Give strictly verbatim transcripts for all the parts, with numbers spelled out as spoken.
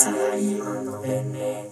最後のエネ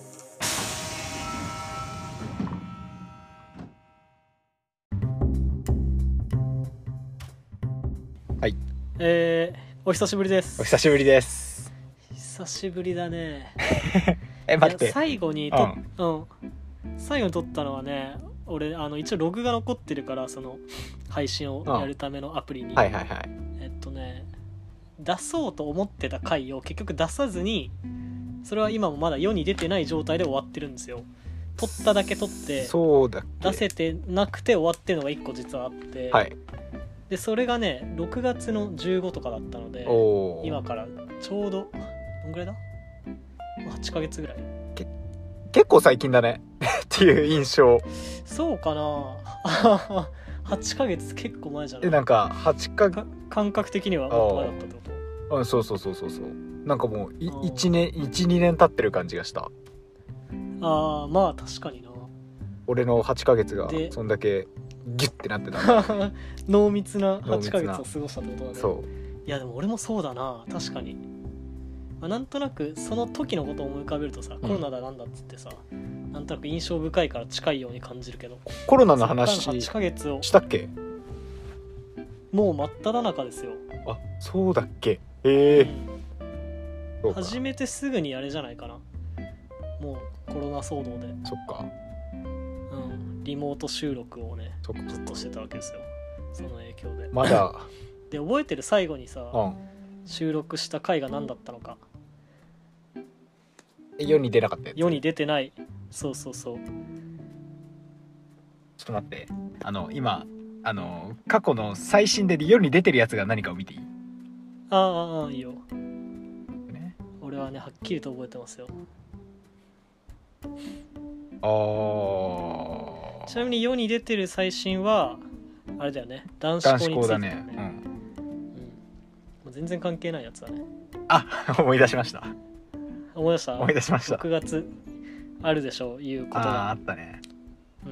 はい、 えー、お久しぶりです。 お久しぶりです。 久しぶりだね。 え、待って、 最後にと、うん、うん、最後に撮ったのはね、俺あの一応ログが残ってるから、その配信をやるためのアプリに、 うん、はいはいはい。 えっとね出そうと思ってた回を結局出さずに、それは今もまだ世に出てない状態で終わってるんですよ。撮っただけ撮ってそうだっけ、 出せてなくて終わってるのがいっこ実はあって、 はい、 でそれがねろくがつのじゅうごとかだったので、今からちょうどどんぐらいだはちかげつぐらい、 け結構最近だねっていう印象。 そうかなはちかげつ結構前じゃない？ え、なんかはちかげつ感覚的にはもっと前だったってこと？ うん、そうそうそうそうそう。なんかもういいちねんいちにねん経ってる感じがした。 ああ、まあ確かにな。 俺のはちかげつがそんだけギュッてなってた濃密なはちかげつを過ごしたってことだね。 そう。 いやでも俺もそうだな、確かに。まあ、なんとなくその時のことを思い浮かべるとさ、コロナだなんだっつってさ、うん、なんとなく印象深いから近いように感じるけど、 コロナの話はちかげつをしたっけ？ もう真っ只中ですよ。 あ、そうだっけ？えー、うん、初めてすぐにあれじゃないかな、もうコロナ騒動で。 そっか、 うん、リモート収録をねずっとしてたわけですよ、その影響で。 まだで覚えてる？最後にさ、 うん、 収録した回が何だったのか。 世に出なかったやつ。 世に出てない。そうそうそう。 ちょっと待って、あの今あの過去の最新で世に出てるやつが何かを見ていい？ ああああいいよ、ね、俺はねはっきりと覚えてますよ。 あ、 ちなみに世に出てる最新はあれだよね、男子校についてだよね。 うん、うん、もう全然関係ないやつだね。 あ、思い出しました。 思い出した？ 思い出しました。 ろくがつあるでしょう、いうことが。 ああ、あったね。 うん。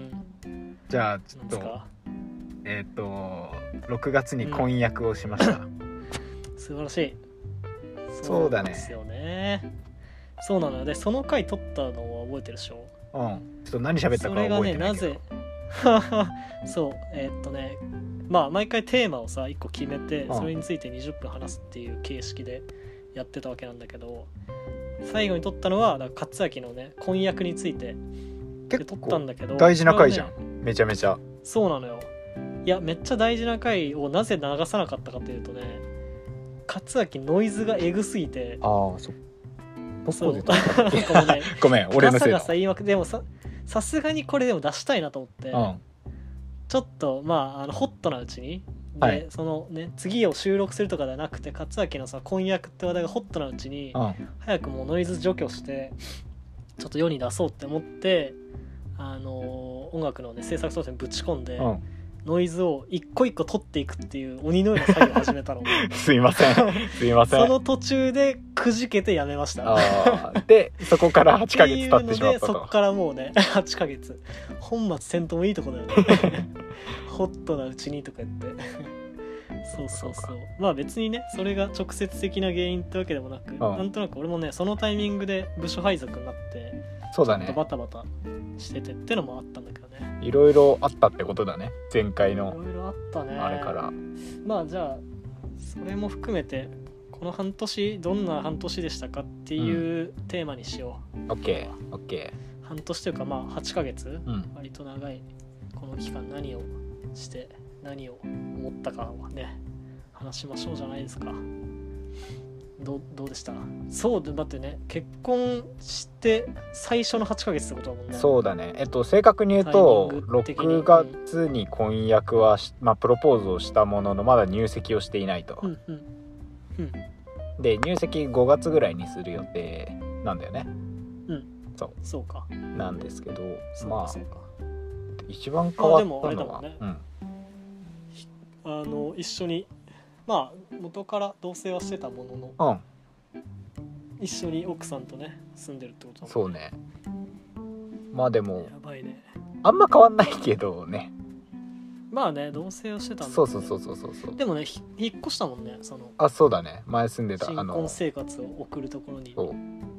じゃあちょっとえっ、ー、とろくがつに婚約をしました。うん、 素晴らしい。 そうだね。 そうですよね。そうなので、その回撮ったのは覚えてるでしょ？ うん。ちょっと何喋ったかは覚えてないけど。それがね、なぜそうえー、っとねまあ毎回テーマをさいっこ決めて、それについてにじゅっぷん話すっていう形式でやってたわけなんだけど、最後に撮ったのはだから勝明のね婚約についてで撮ったんだけど、 大事な回じゃん、ね、めちゃめちゃ。 そうなのよ。いやめっちゃ大事な回をなぜ流さなかったかというとね、勝明ノイズがエグすぎて。 ああ、そそうでね、ごめん俺のせいだ。 ガサガサ言いまくでもささすがにこれでも出したいなと思って、うん、ちょっとまああのホットなうちにで、はい、そのね次を収録するとかではなくて、勝明のさ婚約って話題がホットなうちに、うん、早くもうノイズ除去してちょっと世に出そうって思って、あのー、音楽のね制作ソフトにぶち込んで、うん、ノイズを一個一個取っていくっていう鬼のような作業を始めたのすいませんすいません。 その途中でくじけてやめました。 あでそこからはちかげつ経ってしまったと。 そこからもうねはちかげつ本末転倒もいいとこだよねホットなうちにとか言ってそうそうそう。まあ別にねそれが直接的な原因ってわけでもなく、うん、なんとなく俺もねそのタイミングで部署配属になって、 そうだね、 バタバタしててってのもあったんだけどね。 いろいろあったってことだね、前回の。 いろいろあったね、 あれから。 まあじゃあそれも含めてこの半年どんな半年でしたかっていうテーマにしよう。 うん、オッケーオッケー。半年というかまあはちかげつ、 うん、 割と長いこの期間何をして何を思ったかはね話しましょうじゃないですか。ど, どうでした？そうだってね結婚して最初のはちかげつってことだもんね。 そうだね。えっと正確に言うとろくがつに婚約は、まあ、プロポーズをしたもののまだ入籍をしていないと、 うんうんうん、 で入籍ごがつぐらいにする予定なんだよね。 うんそうそうかなんですけど、 まあそうか一番変わったのは、 まあ、でもあれだもんね、うん、あの一緒にまあ元から同棲はしてたものの、うん、一緒に奥さんとね住んでるってことだもんね。 そうね。まあでもやばいね。 あんま変わんないけどね。 まあね同棲をしてたんだ、ね、 そうそうそうそうそう。 でもね引っ越したもんね。そのあそうだね、前住んでた新婚生活を送るところに。ど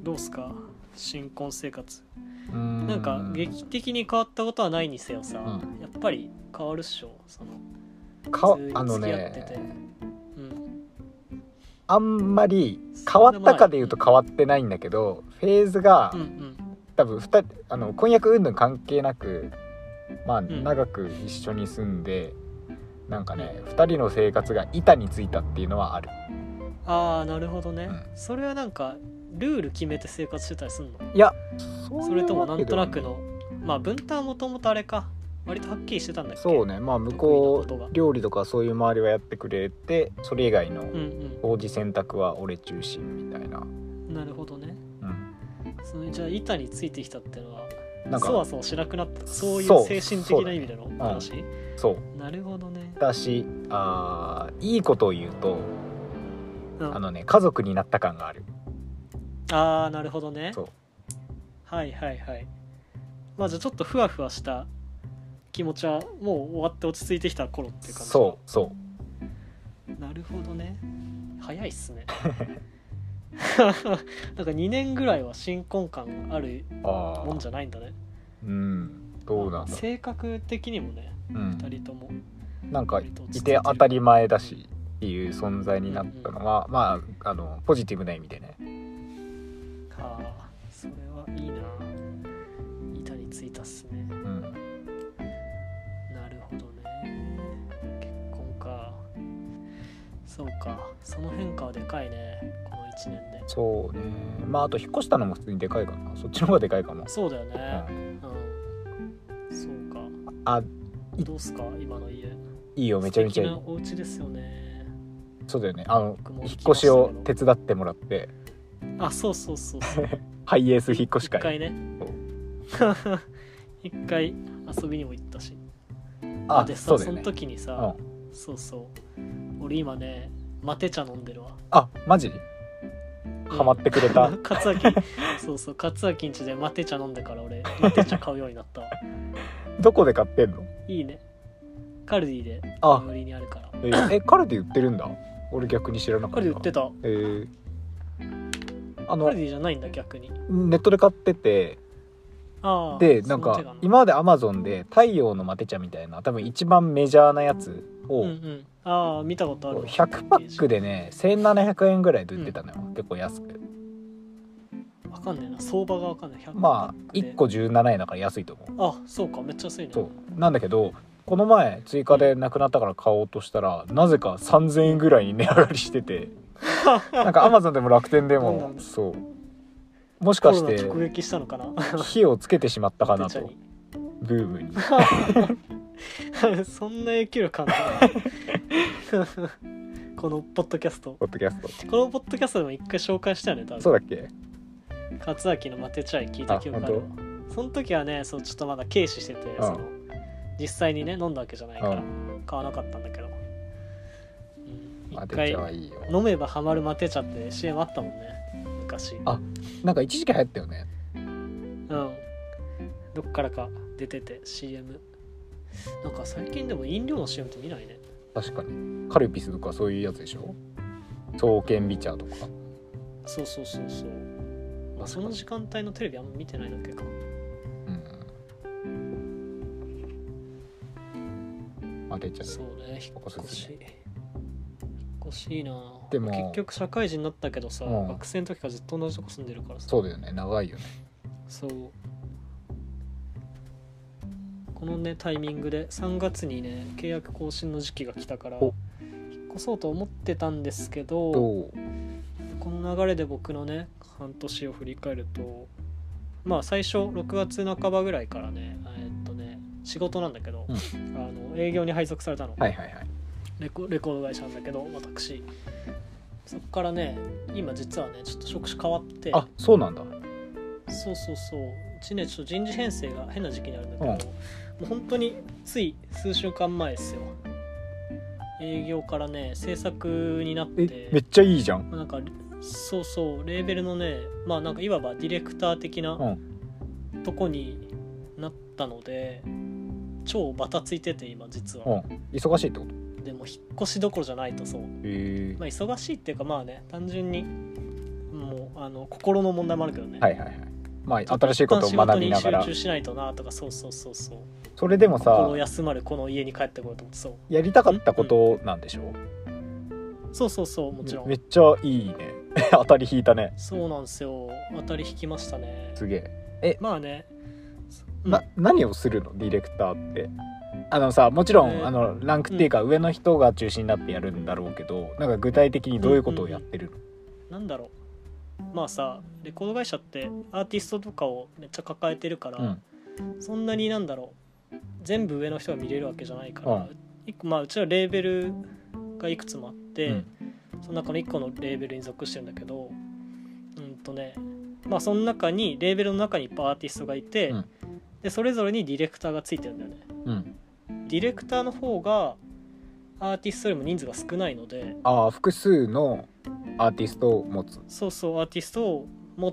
どうすか新婚生活。 うーんなんか劇的に変わったことはないにせよさ、 うんやっぱり変わるっしょ。そのか普通にあの付き合ってて、 ねうん、 あんまり変わったかでいうと変わってないんだけど、フェーズがうんうん多分ふたあの婚約云々関係なく、まあん長く一緒に住んで、なんかねふたりの生活が板についたっていうのはある。 ああなるほどね、 うんそれはなんかルール決めて生活してたりすんの？ いやそうそれともなんとなくわのまあ分担はもともとあれか割とはっきりしてたんだっけ？ けではない。そうね、まあ向こ得意なことがう料理とかそういう周りはやってくれて、それ以外のうん掃除洗濯は俺中心みたいな。 うんなるほどね。 うんそのじゃあ板についてきたっていうのはなんかそわそわしなくなった、そういそうう精神的な意味での話、 そうなるほどね。 だし、あーいいことを言うと、 うん、 あのね家族になった感がある。 あーなるほどね。 そうはいはいはい。まあじゃあちょっとふわふわした気持ちはもう終わって落ち着いてきた頃っていう感じ。 そうそうなるほどね。早いっすね。なんかにねんぐらいは新婚感あるあもんじゃないんだね。 うんどうなんだろ性格的にもね、 う、うんふたりともなんか割と落ちい着いてるて当たり前だしっていう存在になったのは、まああのポジティブな意味でね。 はあ、それはいいな。板についたっすね。 うんなるほどね。結婚か。そうか。その変化はでかいね。このいちねんで。 そうね、まああと引っ越したのも普通にでかいかな。そっちの方がでかいかも。 そうだよね。 うんうん。そうか。 あいどうすか今の家。 いいよ、めちゃめちゃいい素敵なお家ですよね。 そうだよね、あの僕も引っ聞きましたけど越しを手伝ってもらって、 あ、そうそうそうそう。 ハイエース引っ越し会。 一回ね。一回遊びにも行ったし。 あでさそ,、 そうだよね。 の時にさ、そうそう俺今ねマテ茶飲んでるわ。 あマジハマってくれた。 勝明そうそう勝明んちでマテ茶飲んでから俺マテ茶買うようになったわ。 どこで買ってんの？ いいね。カルディであ最寄りにあるから。 えーえカルディ売ってるんだ。俺逆に知らなかった。 カルディ売ってた。 えー、あカのルディじゃないんだ逆に。 ネットで買ってて、 ああでなんかその手が今までアマゾンで太陽のマテ茶みたいな多分一番メジャーなやつを、 うんうんああ見たことあるわ。 ひゃくパックでねせんななひゃくえんぐらいで売ってたのよ、結構安く。 わかんないな相場がわかんない。ひゃくまあいっこじゅうななえんだから安いと思う。 あそうかめっちゃ安いね。 そうなんだけどこの前追加でなくなったから買おうとしたらなぜかさんぜんえんぐらいに値上がりしててなんかアマゾンでも楽天でなんもなんだそうもしかしてコロナ直撃したのかな。 火をつけてしまったかなとマテ茶にブームに。 そんな影響力あんのこのポッドキャストポッドキャストこのポッドキャストでも一回紹介したよね多分。 そうだっけ？ 勝明のマテ茶イ聞いた記憶あるわ。その時はねそうちょっとまだ軽視してて、 うんその実際にね飲んだわけじゃないから、 うん買わなかったんだけど、うん、 マテ一回茶はいいよ。 飲めばハマるマテ茶って シーエム あったもんね昔。 あなんか一時期流行ったよね。 うんどっからか出てて シーエム なんか最近でも飲料の シーエム って見ないね。 確かにカルピスとかそういうやつでしょ。爽健美茶とか。 そうそうそうそう、まあ、その時間帯のテレビあんま見てないだけか。 うんマテ茶そうね引っおすす越し引っ越しいいな。 でも結局社会人になったけどさ、 うん学生の時からずっと同じとこ住んでるからさ。 そうだよね長いよね。 そうこのねタイミングでさんがつにね契約更新の時期が来たからお引っ越そうと思ってたんですけど、 どう？ この流れで僕のね半年を振り返るとまあ最初ろくがつなかばぐらいからねえーっとね仕事なんだけど、 うんあの営業に配属されたの、 はいはいはい。 レコ、レコード会社なんだけど私そっからね今実はねちょっと職種変わってあそうなんだ。 そうそうそううちねちょっと人事編成が変な時期になるんだけど、 うんもう本当につい数週間前ですよ。営業からね制作になってえめっちゃいいじゃん。 まあなんかそうそうレーベルのねまあなんかいわばディレクター的なうんとこになったので、超バタついてて今実は、 うん忙しいってこと？ でも引っ越しどころじゃないとそうへえまあ忙しいっていうかまあね単純にもあの心の問題もあるけどね。 はいはいはい。まあ新しいことを学びながら。 仕事に集中しないとなとか、そうそうそうそう。 それでもさ、 心休まるこの家に帰ってこようと思って、そう。 やりたかったことなんでしょ？ うん、そうそうそう、もちろん。 めっちゃいいね。当たり引いたね。 そうなんですよ。当たり引きましたね。 すげえ。え、 まあね。 な、うん、何をするのディレクターって？あのさ、もちろん、えー、あのランクっていうか、うん、上の人が中心になってやるんだろうけど、なんか具体的にどういうことをやってるの？うんうん、なんだろう、まあさ、レコード会社ってアーティストとかをめっちゃ抱えてるから、うん、そんなになんだろう、全部上の人が見れるわけじゃないから、うん、一個まあうちはレーベルがいくつもあって、うん、その中のいっこのレーベルに属してるんだけど、うんとね、まあその中にレーベルの中にいっぱいアーティストがいて、うん、でそれぞれにディレクターがついてるんだよね。うん、ディレクターの方がアーティストよりも人数が少ないので、 ああ、複数のアーティストを持つ。 そうそう、アーティストを持って、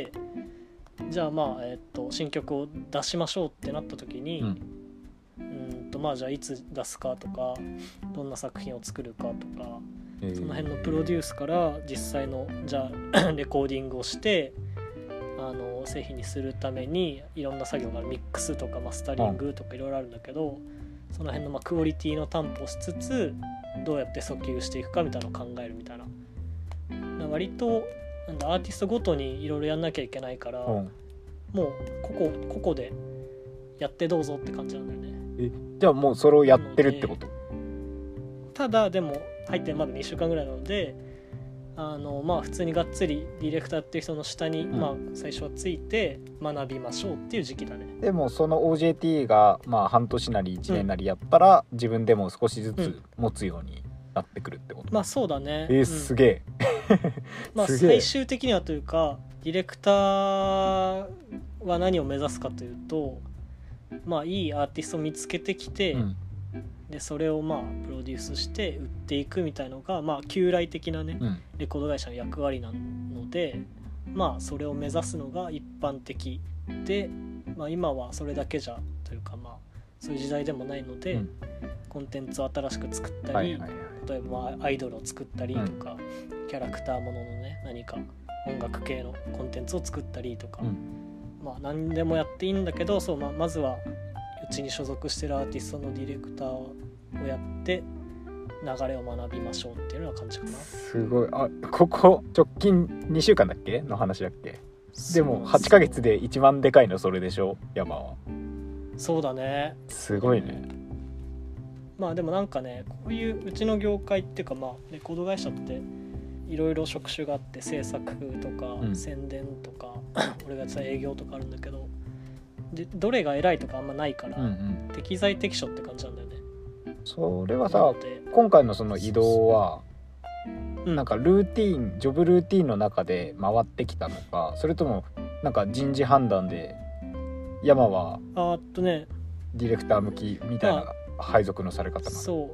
じゃあまあ、えー、っと新曲を出しましょうってなった時に、うん、うんとまあじゃあいつ出すかとか、どんな作品を作るかとか、えー、その辺のプロデュースから実際のじゃあレコーディングをして、あの製品にするためにいろんな作業がある。ミックスとかマスタリングとかいろいろあるんだけど、その辺のまあクオリティの担保をしつつ、どうやって訴求していくかみたいなのを考えるみたいな。割となんだアーティストごとにいろいろやんなきゃいけないから、うん、もうここここでやってどうぞって感じなんだよね。 え、じゃあもうそれをやってるってこと？ ただでも入ってまだにしゅうかんぐらいなので、あのまあ普通にがっつりディレクターっていう人の下に、うん、まあ最初はついて学びましょうっていう時期だね。 でもその オージェーティー がまあ半年なりいちねんなりやったら、うん、自分でも少しずつ持つようになってくるってこと？ まあそうだね。 えー、すげえ。 まあ最終的にはというか、ディレクターは何を目指すかというと、まあいいアーティストを見つけてきて、うん、でそれをまあプロデュースして売っていくみたいのがまあ旧来的なね、うん、レコード会社の役割なので、まあそれを目指すのが一般的で、まあ今はそれだけじゃというか、まあそういう時代でもないので、うん、コンテンツを新しく作ったり、はいはいはい、例えばまあアイドルを作ったりとか、うん、キャラクターもののね何か音楽系のコンテンツを作ったりとか、うん、まあ何でもやっていいんだけど、そう、まあ、まずはうちに所属してるアーティストのディレクターをやって流れを学びましょうっていうような感じかな。 すごい。あ、ここ直近にしゅうかんだっけの話だっけ？でもはちかげつで一番でかいのそれでしょ、山は。 そうだね。 すごいね。 まあでもなんかね、こういううちの業界っていうか、まあレコード会社っていろいろ職種があって、制作とか、うん、宣伝とか俺がやってた営業とかあるんだけど、でどれが偉いとかあんまないから、うんうん、適材適所って感じなんだよね。 それはさ、今回のその移動はなんかルーティーン、ジョブルーティーンの中で回ってきたのか、それともなんか人事判断で山はあっとねディレクター向きみたいな配属のされ方なの？ そう、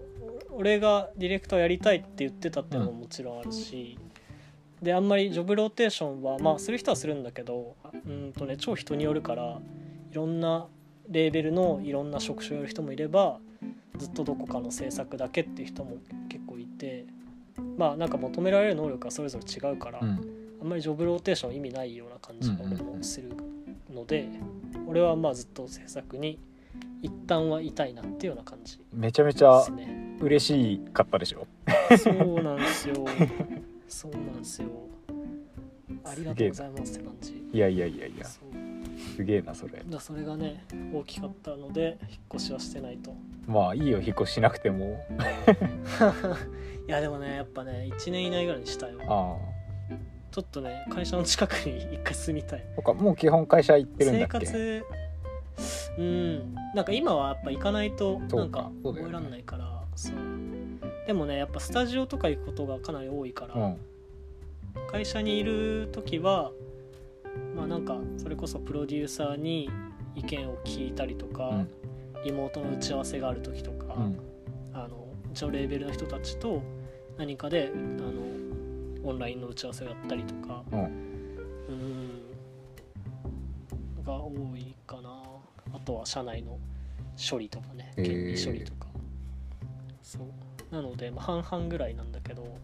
俺がディレクターやりたいって言ってたっていうのももちろんあるし、うん、であんまりジョブローテーションはまあする人はするんだけど、うんとね超人によるから、いろんなレーベルのいろんな職種をやる人もいれば、ずっとどこかの制作だけっていう人も結構いて、まあなんか求められる能力はそれぞれ違うから、うん、あんまりジョブローテーション意味ないような感じが俺もするので、うんうん、俺はまあずっと制作に一旦はいたいなっていうような感じ、ね、 めちゃめちゃ嬉しかったでしょ？ そうなんですよそうなんですよ、ありがとうございますって感じ。 いやいやいやいや、すげえなそれ。 だそれがね大きかったので引っ越しはしてないと。 まあいいよ、引っ越ししなくてもいやでもねやっぱねいちねん以内ぐらいにしたよ。ああ、ちょっとね会社の近くに一回住みたい。 とかもう基本会社行ってるんだっけ？ 生活うんなんか今はやっぱ行かないとなんか覚えらんないから、そう、でもねやっぱスタジオとか行くことがかなり多いから、うん、会社にいる時はまあなんかそれこそプロデューサーに意見を聞いたりとか、うん、リモートの打ち合わせがある時とか、うん、あの一応レーベルの人たちと何かであのオンラインの打ち合わせをやったりとか、うん、うんが多いかな。あとは社内の処理とかね、権利処理とか、そうなので、まあ、半々ぐらいなんだけど、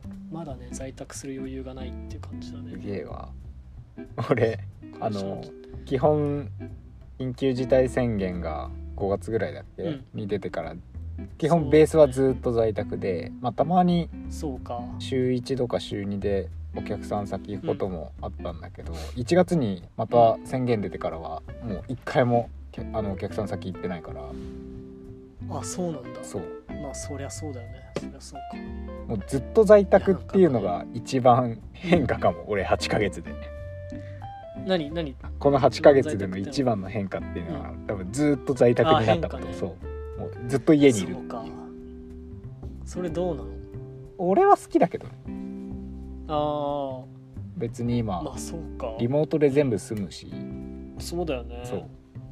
まだね在宅する余裕がないっていう感じだね。 すげえわ。俺あの基本緊急事態宣言がごがつぐらいだっけ、うん、に出てから基本ベースはずっと在宅で、まあ、たまに週いちとか週にでお客さん先行くこともあったんだけど、うん、いちがつにまた宣言出てからはもういっかいもあのお客さん先行ってないから。 あ、そうなんだ。 そう、 まあそりゃそうだよね。そりゃそうか。 もうずっと在宅っていうのが一番変化かも、俺はちかげつで。 何何このはちかげつでの一番の変化っていうのは、うん、多分ずっと在宅になったこと、ね、そうもうずっと家にいる。 そうか。それどうなの？ 俺は好きだけどね。 ああ。 別に今、 まあそうか。 リモートで全部済むし。 そうだよね。 そう。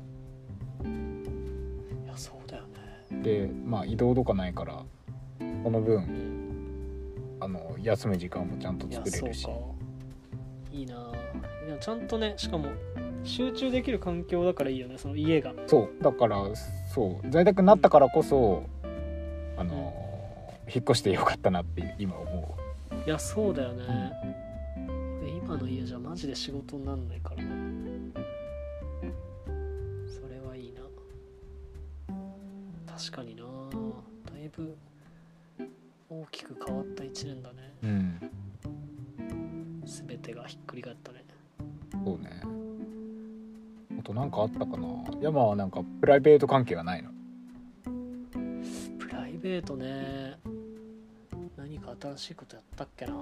いやそうだよね。 でまあ移動とかないからこの分、うん、あの休む時間もちゃんと作れるし。いやそうか。 いいな。でもちゃんとね、しかも集中できる環境だからいいよね、その家が。 そうだからそう在宅になったからこそ、うん、あの引っ越してよかったなって今思う。いやそうだよね、うん、今の家じゃマジで仕事になんないからね。それはいいな。確かにな、だいぶ大きく変わったいちねんだね。 うん全てがひっくり返ったね。 そうね。あとなんかあったかな。山はなんかプライベート関係はないの？ プライベートね、何か新しいことやったっけな。ま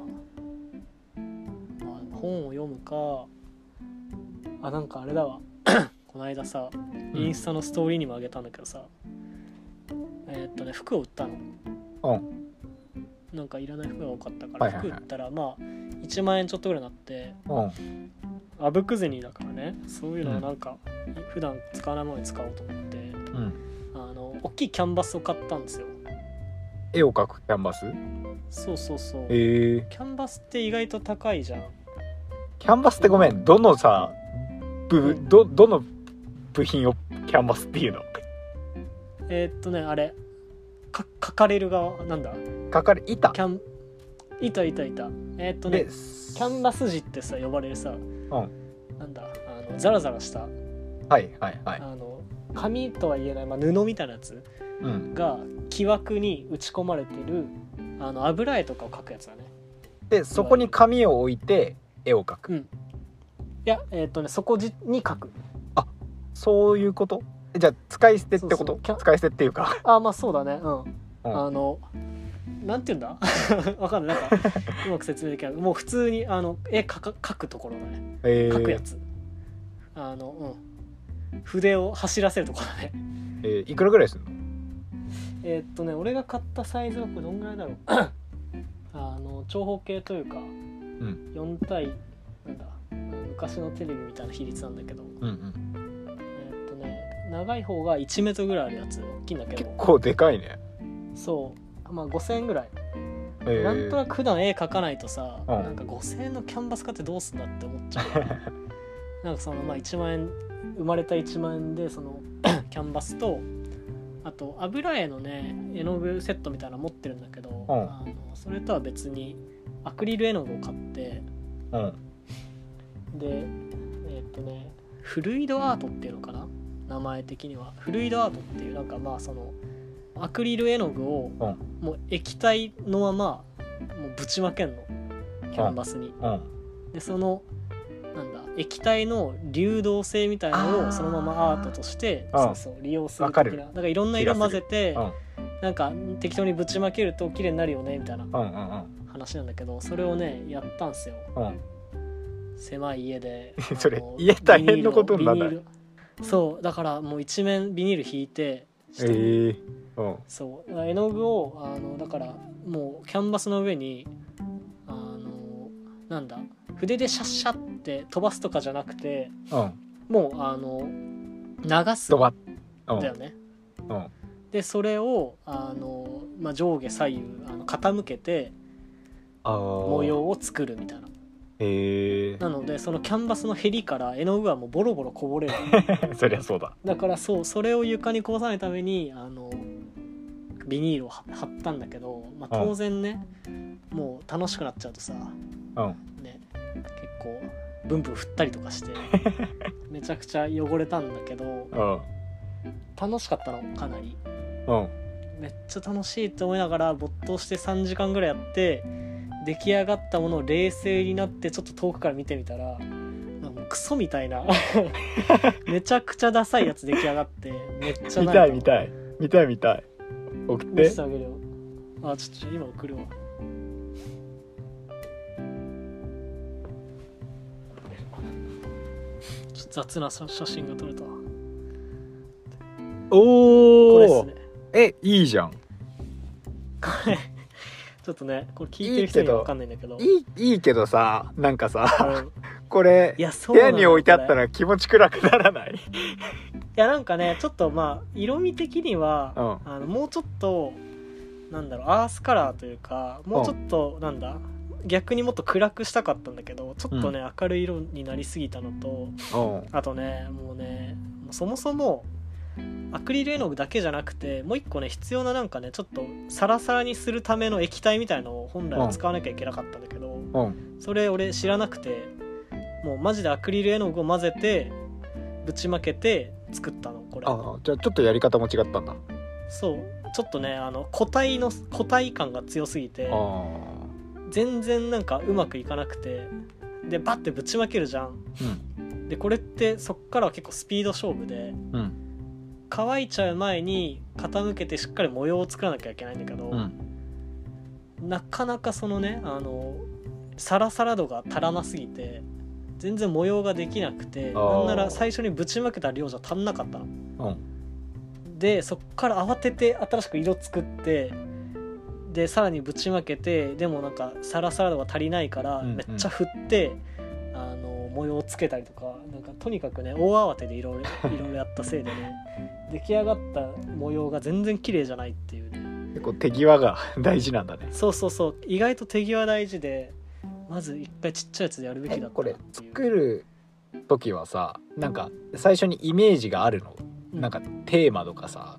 あ、本を読むか、あ、なんかあれだわこの間さインスタのストーリーにもあげたんだけどさ、うん、えー、っとね服を売ったの。 うんなんかいらない服が多かったから服売ったら、まあいちまんえんちょっとぐらいになって、あぶく銭だからね、そういうのはなんか普段使わないものに使おうと思って、うん、あの大きいキャンバスを買ったんですよ。 絵を描くキャンバス？ そうそうそう、 えー、 キャンバスって意外と高いじゃん。 キャンバスってごめん、どのさ部、うん、ど, どの部品をキャンバスっていうの？ えー、っとねあれか書かれる側なんだ。 書かれ板。 キャン板板板。えー、っとねキャンバス地ってさ呼ばれるさ、うん、なんだあのザラザラした、 はいはいはい、 あの紙とは言えない、まあ、布みたいなやつが木枠に打ち込まれてる、あの油絵とかを描くやつだね。 でそこに紙を置いて絵を描く。うん、いやえー、っとねそこに描く。 あ、そういうこと？じゃあ使い捨てってこと？そうそう使い捨てっていうかあ、まあそうだね、うん、うん、あのなんて言うんだわかんない、なんかうまく説明できない。もう普通にあの絵描くところだね、えー、描くやつ、あの、うん、筆を走らせるところだね。 えー、いくらぐらいするの？ えー、っとね俺が買ったサイズはこれどんぐらいだろうあの長方形というか、うん、よん対なんだ昔のテレビみたいな比率なんだけど、うんうん、えー、っとね長い方がいちメートルぐらいあるやつ、大きいんだけど結構でかいね。 そうまあごせんえんぐらい、えー、なんとなく普段絵描かないとさ、うん、なんかごせんえんのキャンバス買ってどうすんだって思っちゃうなんかそのまあいちまんえん生まれたいちまんえんでそのキャンバスとあと油絵のね絵の具セットみたいなの持ってるんだけど、うん、あのそれとは別にアクリル絵の具を買って、うん、でえー、っとねフルイドアートっていうのかな、名前的にはフルイドアートっていうなんかまあそのアクリル絵の具をもう液体のままもうぶちまけんのキャンバスに、うん、でそのなんだ液体の流動性みたいなのをそのままアートとしてそうそう利用する的な、だからいろんな色混ぜて、うん、なんか適当にぶちまけると綺麗になるよねみたいな話なんだけど、それをねやったんすよ、うん、狭い家でそれ家大変なことにならない？ そうだからもう一面ビニール引いてして、えーうん、そう絵の具をあのだからもうキャンバスの上にあのなんだ筆でシャッシャって飛ばすとかじゃなくて、うん、もうあの流すんだよね、うんうん、でそれをあの、まあ、上下左右あの傾けて模様を作るみたいな。 へなのでそのキャンバスのへりから絵の具はもうボロボロこぼれるそりゃそうだ。 だからそうそれを床にこぼさないためにあのビニールを貼ったんだけど、まあ、当然ね、うん、 もう楽しくなっちゃうとさ、 うんね、結構ブンブン振ったりとかしてめちゃくちゃ汚れたんだけど、 うん楽しかったのかなり。 うんめっちゃ楽しいって思いながら没頭してさんじかんぐらいやって、出来上がったものを冷静になってちょっと遠くから見てみたら、なんかクソみたいなめちゃくちゃダサいやつ出来上がって、めっちゃ見なんかたい見たい見たい見たい送っ見てせてあげるよ。あ、ちょっと今送るわ。ちょっと雑な写真が撮れた。 おお、 これっすね。 えいいじゃん。 これちょっとね、これ聞いてる人には分かんないんだけど、 いいいいけどさ、なんかさうんこれいやそう部屋なのよに置いてあったこれら気持ち暗くならない？ いやなんかね、ちょっとまあ色味的には、 うんあのもうちょっとなんだろう、アースカラーというか、もうちょっとなんだ、逆にもっと暗くしたかったんだけど、ちょっとね、 う明るい色になりすぎたのと、 うんあとね、もうね、もうそもそもアクリル絵の具だけじゃなくて、もう一個ね必要ななんかね、ちょっとサラサラにするための液体みたいのを本来は使わなきゃいけなかったんだけど、 うんそれ俺知らなくて、もうマジでアクリル絵の具を混ぜてぶちまけて作ったのこれ。 あじゃあちょっとやり方も違ったんだ。 そうちょっとね、あの固体の固体感が強すぎてあ全然なんかうまくいかなくて、でバッてぶちまけるじゃん。 うんでこれってそっからは結構スピード勝負で、 うん乾いちゃう前に傾けてしっかり模様を作らなきゃいけないんだけど、 うんなかなかそのね、あのサラサラ度が足らなすぎて全然模様ができなくて、 あーなんなら最初にぶちまけた量じゃ足んなかったのうんで、そっから慌てて新しく色作って、でさらにぶちまけて、でもなんかサラサラ度が足りないからうんうんめっちゃ振って、あの模様をつけたりとか、なんかとにかくね大慌てでいろいろいろいろやったせいでね出来上がった模様が全然綺麗じゃないっていうね。 結構手際が大事なんだね。 そうそうそう、意外と手際大事で、まず一回ちっちゃいやつでやるべきだったこれなっていう。 作る時はさ、なんか最初にイメージがあるの、 うんなんかテーマとかさ。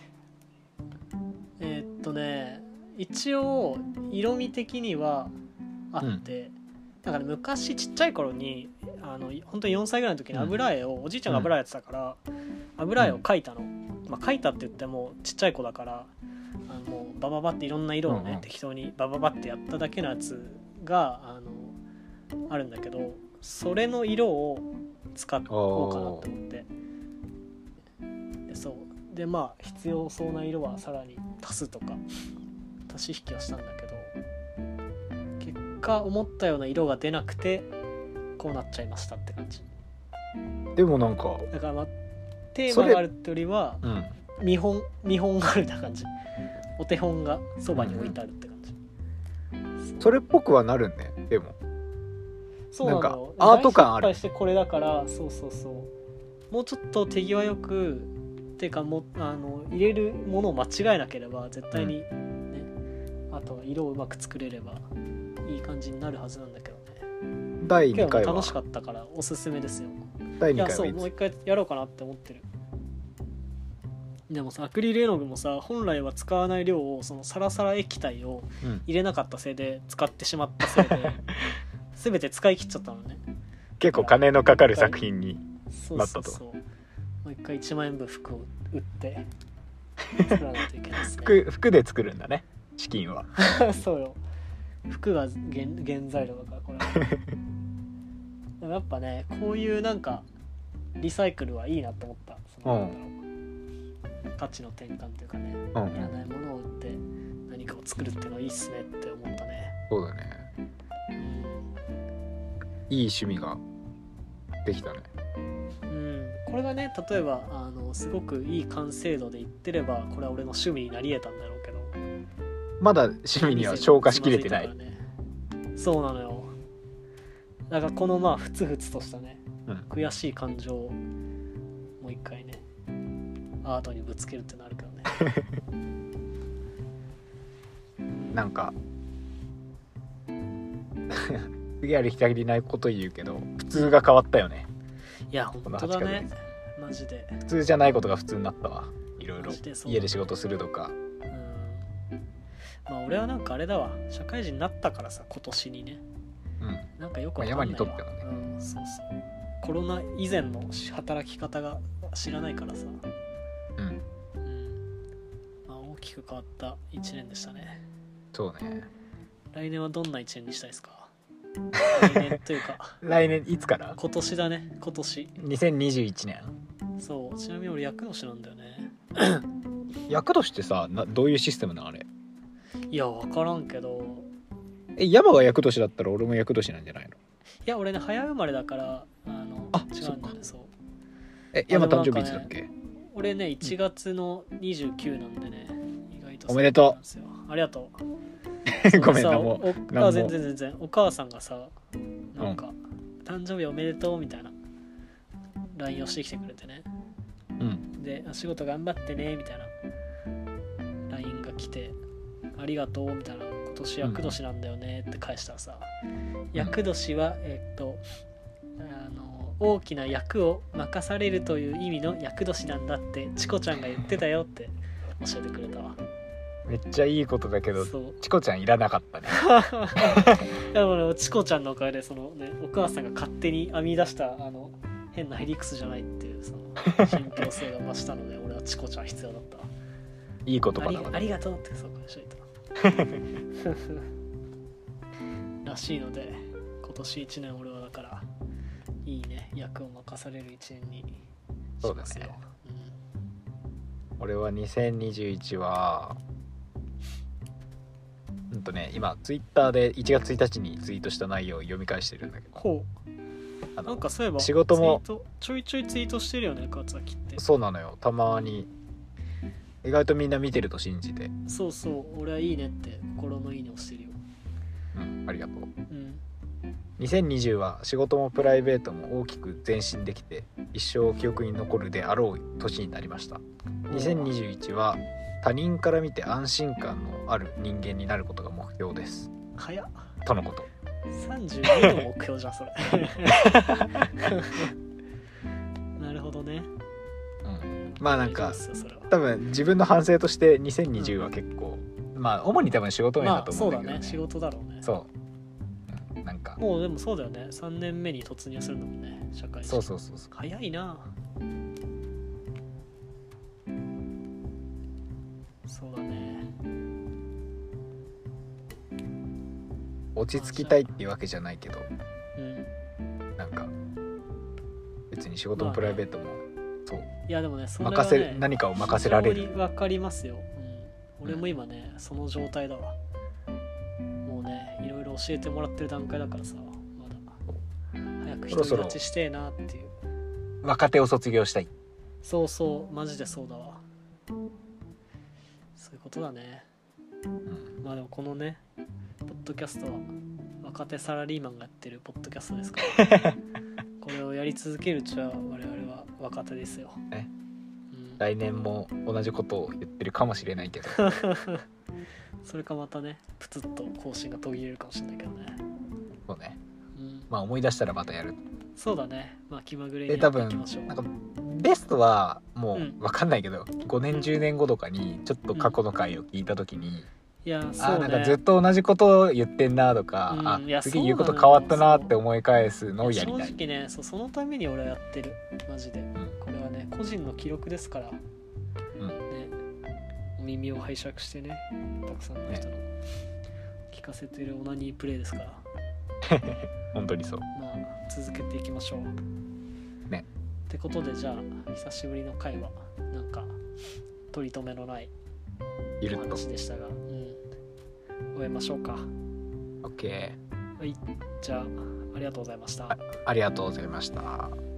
えーっとね一応色味的にはあって、だから昔ちっちゃい頃にあの本当によんさいぐらいの時に油絵を、おじいちゃんが油絵やってたから、油絵を描いたの、まあ、描いたって言ってもちっちゃい子だから、あのもうバババっていろんな色をね、 うんうん適当にバババってやっただけのやつがあのあるんだけど、それの色を使おうかなって思って、でそうでまあ必要そうな色はさらに足すとか足し引きはしたんだけど、結果思ったような色が出なくてこうなっちゃいましたって感じ。 でもなんかだから、まあ、テーマがあるってよりはうん見本見本があるみたいな感じ、お手本がそばに置いてあるって感じ、 それっぽくはなるんね。でもそうなのよ。 なんかアート感ある大失敗してこれだから、そうそうそう、もうちょっと手際よくっていうか、もあの入れるものを間違えなければ絶対に、ね、あとは色をうまく作れればいい感じになるはずなんだけどね。 だいにかいは今日も楽しかったからおすすめですよ。 だいいやそうにかいはいつもう一回やろうかなって思ってる。でもさ、アクリル絵の具もさ、本来は使わない量をそのサラサラ液体をうん入れなかったせいで使ってしまったせいで全て使い切っちゃったのね。 結構金のかかる作品にそうそうそう、もう一回いちまんえんぶん服を売って作らないといけないですね。 服服で作るんだね、資金は。 そうよ、服が原, 原材料だからこれはでもやっぱね、こういうなんかリサイクルはいいなと思った。そのなんだろう、価値の転換というかね、 うんいらないものを売って何かを作るっていうのはいいっすねって思ったね。 そうだね、いい趣味ができたね。 うん、うん、これがね、例えばあのすごくいい完成度で言ってれば、これは俺の趣味になり得たんだろうけど、 まだ趣味には消化しきれてない。 ね、そうなのよ。だからこのまあふつふつとしたね、 うん悔しい感情をもう一回ねアートにぶつけるってなるけどねなんか次ある人いないこと言うけど、普通が変わったよね。 いや本当だこのはちかげねつ、 マジで。 普通じゃないことが普通になったわ。いろいろマジでそうだね家で仕事するとか。 うんまあ俺はなんかあれだわ、社会人になったからさ今年にね、 うんなんかよくわかんないわ、 まあ山にとってはねうん、そうそうコロナ以前の働き方が知らないからさ、 うんうんまあ、大きく変わったいちねんでしたね。 そうね。 来年はどんないちねんにしたいですか？来年というか来年いつから？ 今年だね、今年。 にせんにじゅういちねん。 そうちなみに俺厄年なんだよね。 厄年ってさなどういうシステムなのあれ？ いや分からんけど、 え山が厄年だったら俺も厄年なんじゃないの？ いや俺ね早生まれだからあのあ違うんだよね。そうえ山誕生日あでもなんかねいつだっけ？ 俺ねいちがつのにじゅうくなんでね、意外とおめでとうなんですよ。ありがとう。 ごめんさなもうおなんもあ全然全然お母さんがさなんか、誕生日おめでとうみたいな ライン をしてきてくれてね、 うんで仕事頑張ってねみたいな ライン が来て、ありがとうみたいな、今年厄年なんだよねって返したらさ、厄年はえっとあの大きな役を任されるという意味の厄年なんだってチコちゃんが言ってたよって教えてくれたわ。 めっちゃいいことだけどそうチコちゃんいらなかったね。 でもねチコちゃんのおかげでそのねお母さんが勝手に編み出したあの変なヘリクスじゃないっていうその信憑性が増したので俺はチコちゃん必要だったわ。 いい言葉ありだわありがとうってそう返しといたらしいので、今年いちねん俺はだからいいね役を任されるいちねんにしますよ。 そうだね俺はにせんにじゅういちはうんとね今ツイッターでいちがつついたちにツイートした内容を読み返してるんだけど、 ほあのうなんかそういえば仕事もツイートちょいちょいツイートしてるよね勝崎って。 そうなのよ、たまに意外とみんな見てると信じて、 そうそう俺はいいねって心のいいねをしてるよ。 うんありがとう。 うんにせんにじゅうは仕事もプライベートも大きく前進できて一生記憶に残るであろう年になりました。にせんにじゅういちは他人から見て安心感のある人間になることが目標です早っ、 とのこと。 さんじゅうにの目標じゃんそれなるほどね。 うんまあなんか大丈夫っすよそれは。 多分自分の反省としてにせんにじゅうは結構、うん、まあ主に多分仕事面だとまあそう思うんだけどね。 だね仕事だろうね。 そうなんかもうでもそうだよね、さんねんめに突入するのもんね社会人。 そうそうそうそう早いな。そうだね。 落ち着きたいっていうわけじゃないけどうんなんか別に仕事もプライベートも、そういやでもねそれはね任せる何かを任せられる。 非常に分かりますよ、うん、俺も今ねその状態だわ。もうねいろいろ教えてもらってる段階だからさ、まだ早く独り立ちしてえなっていう。 若手を卒業したい。 そうそうマジでそうだわ。そういうことだね。 うんまあでもこのねポッドキャストは若手サラリーマンがやってるポッドキャストですからこれをやり続けるうちは我々は若手ですよ、 ねうん、 来年も同じことを言ってるかもしれないけどそれかまたねプツッと更新が途切れるかもしれないけどね、 そうね、 うん、 まあ思い出したらまたやる。 そうだね。まあ気まぐれにで多やっていき分ましょう。 なんかベストはもうんう分かんないけど、ごねんじゅうねんごとかにちょっと過去の回を聞いた時に、 いやあそうね。 ーなんかずっと同じことを言ってんなとか、 うんいやあ次言うことそうなのよ変わったなって思い返すのをやりたい。 正直ねそうそのために俺はやってるマジで、 んこれはね個人の記録ですから、 うんねお耳を拝借してねたくさんの人の聞かせてるオナニープレイですから本当にそう。 まあ続けていきましょうね。 ってことでじゃあ久しぶりの回はなんか取り留めのないおゆるっと。 話でしたが、うん、終えましょうか。 OK。 はいじゃあありがとうございました。 ありがとうございました。